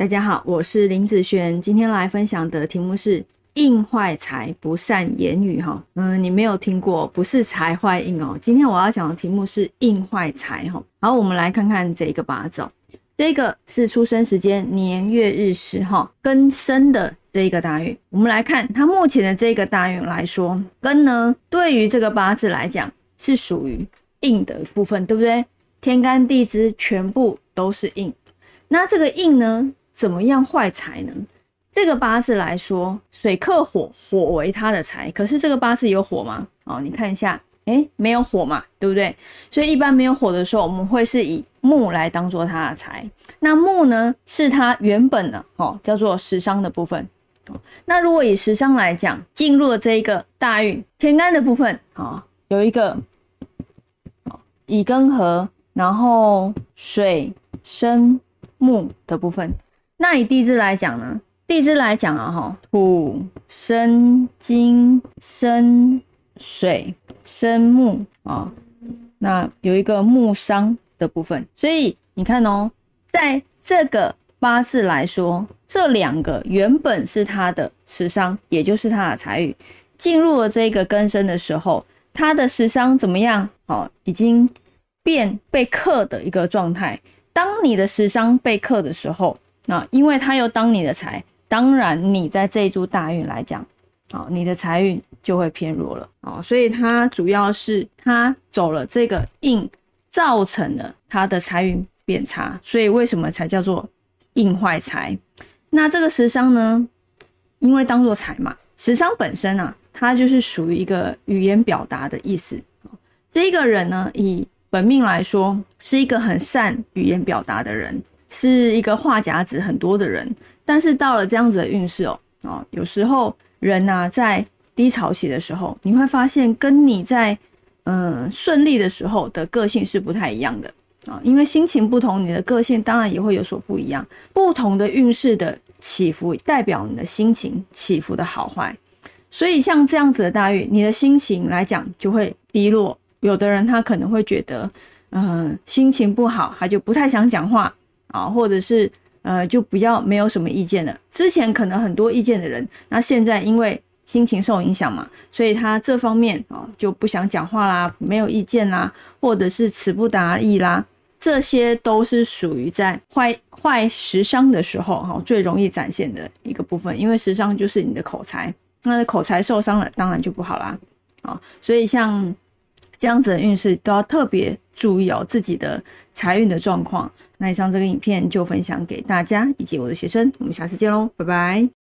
大家好，我是林子璇，今天来分享的题目是印坏财不善言语哈。你没有听过，不是财坏印哦。今天我要讲的题目是印坏财哈。好，我们来看看这个八字哦。这个是出生时间年月日时哈，庚申的这个大运。我们来看它目前的这个大运来说，庚呢对于这个八字来讲是属于印的部分，对不对？天干地支全部都是印。那这个印呢怎么样坏财呢？这个八字来说，水克火，火为它的财。可是这个八字有火吗？你看一下，没有火嘛，对不对？所以一般没有火的时候，我们会是以木来当做它的财。那木呢，是它原本的叫做食伤的部分。那如果以食伤来讲，进入了这一个大运天干的部分，有一个乙庚合，然后水生木的部分。那以地支来讲呢？地支来讲土生金，生水，生木那有一个木伤的部分。所以你看在这个八字来说，这两个原本是他的食伤，也就是他的财运，进入了这个庚申的时候，他的食伤怎么样？已经被克的一个状态。当你的食伤被克的时候，因为他又当你的财，当然你在这一株大运来讲，你的财运就会偏弱了。所以他主要是他走了这个印，造成了他的财运变差。所以为什么才叫做印坏财？那这个食伤呢，因为当作财嘛，食伤本身它就是属于一个语言表达的意思。这个人呢，以本命来说是一个很善语言表达的人，是一个话匣子很多的人。但是到了这样子的运势有时候人在低潮期的时候，你会发现跟你在顺利的时候的个性是不太一样的因为心情不同，你的个性当然也会有所不一样。不同的运势的起伏代表你的心情起伏的好坏。所以像这样子的大运，你的心情来讲就会低落。有的人他可能会觉得心情不好，他就不太想讲话或者是就比较没有什么意见了。之前可能很多意见的人，那现在因为心情受影响嘛，所以他这方面就不想讲话啦，没有意见啦，或者是词不达意啦，这些都是属于在坏食伤的时候最容易展现的一个部分。因为食伤就是你的口才，那口才受伤了，当然就不好啦所以像这样子的运势都要特别注意自己的财运的状况。那以上这个影片就分享给大家以及我的学生，我们下次见咯，拜拜。